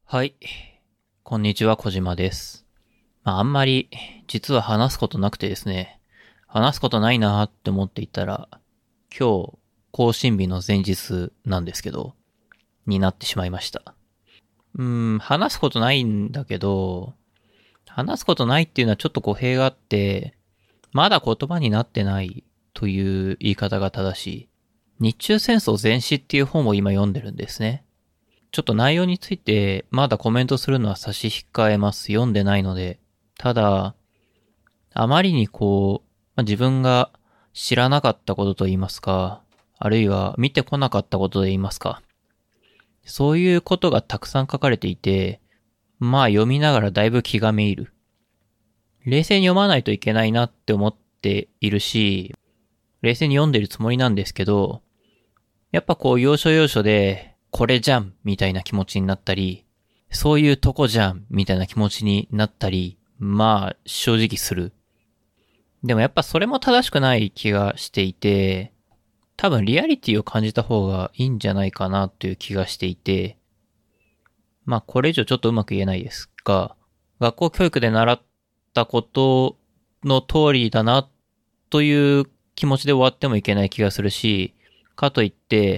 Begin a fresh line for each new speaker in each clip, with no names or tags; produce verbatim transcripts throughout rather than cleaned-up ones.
はい。こんにちは、小島です。まあ、あんまり、実は話すことなくてですね、話すことないなーって思っていたら、今日、更新日の前日なんですけど、になってしまいました。うーん、話すことないんだけど、話すことないっていうのはちょっと語弊があって、まだ言葉になってないという言い方が正しい。日中戦争全史っていう本を今読んでるんですね。ちょっと内容についてまだコメントするのは差し控えます。読んでないので。ただ、あまりにこう、まあ、自分が知らなかったことと言いますか、あるいは見てこなかったことで言いますか、そういうことがたくさん書かれていて、まあ読みながらだいぶ気がめいる。冷静に読まないといけないなって思っているし、冷静に読んでるつもりなんですけど、やっぱこう要所要所で、これじゃんみたいな気持ちになったり、そういうとこじゃんみたいな気持ちになったり、まあ正直する。でもやっぱそれも正しくない気がしていて、多分リアリティを感じた方がいいんじゃないかなという気がしていて、まあこれ以上ちょっとうまく言えないですが、学校教育で習ったことの通りだなという気持ちで終わってもいけない気がするし、かといって、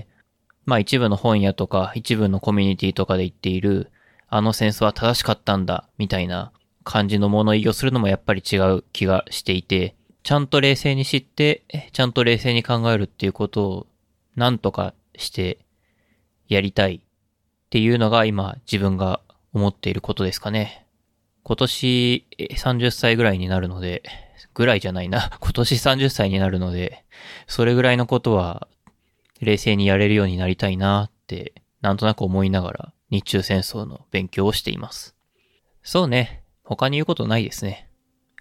まあ一部の本屋とか一部のコミュニティとかで言っている、あの戦争は正しかったんだ、みたいな感じの物言いをするのもやっぱり違う気がしていて、ちゃんと冷静に知って、ちゃんと冷静に考えるっていうことをなんとかしてやりたいっていうのが今自分が思っていることですかね。今年さんじゅっさいぐらいになるので、ぐらいじゃないな。今年さんじゅっさいになるので、それぐらいのことは冷静にやれるようになりたいなって、なんとなく思いながら日中戦争の勉強をしています。そうね。他に言うことないですね。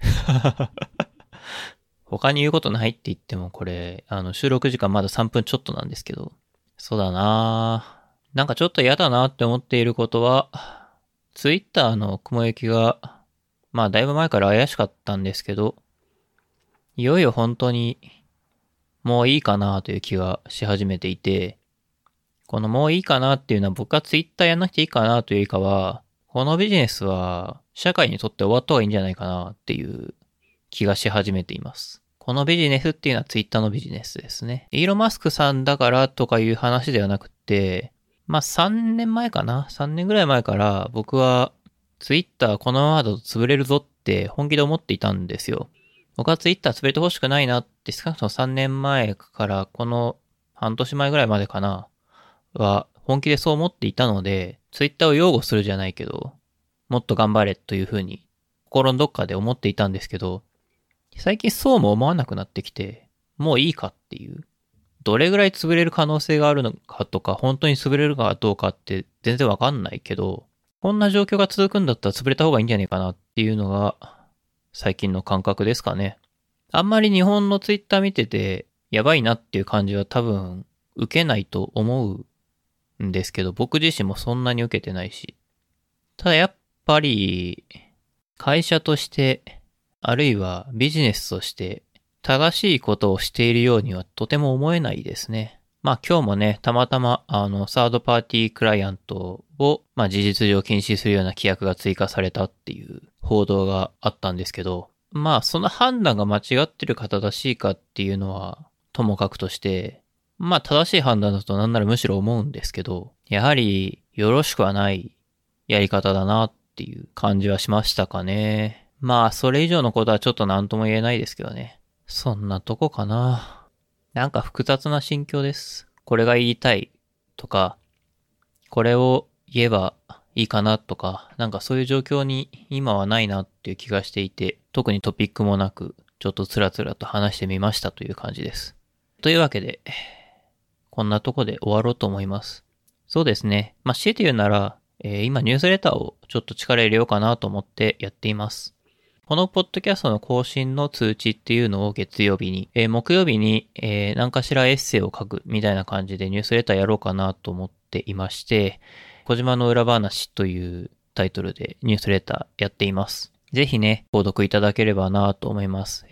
他に言うことないって言ってもこれ、あの収録時間まださんぷんちょっとなんですけど。そうだななんかちょっと嫌だなって思っていることは、ツイッターの雲行きが、まあだいぶ前から怪しかったんですけど、いよいよ本当にもういいかなという気がし始めていて、このもういいかなっていうのは僕はツイッターやんなくていいかなというよりかは、このビジネスは社会にとって終わった方がいいんじゃないかなっていう気がし始めています。このビジネスっていうのはツイッターのビジネスですね。イーロン・マスクさんだからとかいう話ではなくて、まあさんねんまえかな ?さん 年ぐらい前から僕はツイッターこのままだと潰れるぞって本気で思っていたんですよ。僕はツイッター潰れてほしくないなって少なくともさんねんまえからこの半年前ぐらいまでかなは本気でそう思っていたので、ツイッターを擁護するじゃないけど、もっと頑張れというふうに心のどっかで思っていたんですけど、最近そうも思わなくなってきて、もういいかっていう。どれぐらい潰れる可能性があるのかとか、本当に潰れるかどうかって全然わかんないけど、こんな状況が続くんだったら潰れた方がいいんじゃないかなっていうのが、最近の感覚ですかね。あんまり日本のツイッター見てて、やばいなっていう感じは多分、受けないと思うんですけど、僕自身もそんなに受けてないし。ただやっぱり、会社として、あるいはビジネスとして、正しいことをしているようにはとても思えないですね。まあ今日もね、たまたま、あの、サードパーティークライアントを、まあ事実上禁止するような規約が追加されたっていう報道があったんですけど、まあその判断が間違ってるか正しいかっていうのは、ともかくとして、まあ正しい判断だとなんならむしろ思うんですけど、やはりよろしくはないやり方だなっていう感じはしましたかね。まあそれ以上のことはちょっと何とも言えないですけどね。そんなとこかな。なんか複雑な心境です。これが言いたいとか、これを言えばいいかなとか、なんかそういう状況に今はないなっていう気がしていて、特にトピックもなく、ちょっとつらつらと話してみましたという感じです。というわけで、こんなとこで終わろうと思います。そうですね。まあ、強いて言うなら、えー今ニュースレターをちょっと力入れようかなと思ってやっています。このポッドキャストの更新の通知っていうのを月曜日に、えー木曜日に、えー何かしらエッセイを書くみたいな感じでニュースレターやろうかなと思っていまして、小島の裏話というタイトルでニュースレターやっています。ぜひね、購読いただければなと思います。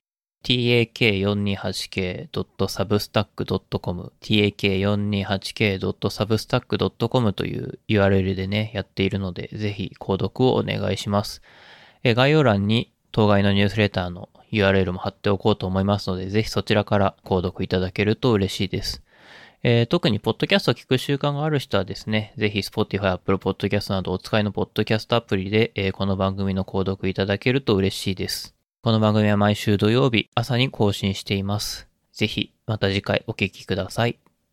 ティーエーケーよんにーはちケードットサブスタックドットコム ティーエーケーよんにーはちケードットサブスタックドットコム という ユーアールエル でね、やっているので、ぜひ購読をお願いします。え概要欄に当該のニュースレターの ユーアールエル も貼っておこうと思いますので、ぜひそちらから購読いただけると嬉しいです。えー、特にポッドキャストを聞く習慣がある人はですね、ぜひ Spotify、Apple Podcast などお使いのポッドキャストアプリで、えー、この番組の購読いただけると嬉しいです。この番組は毎週土曜日朝に更新しています。ぜひまた次回お聞きください。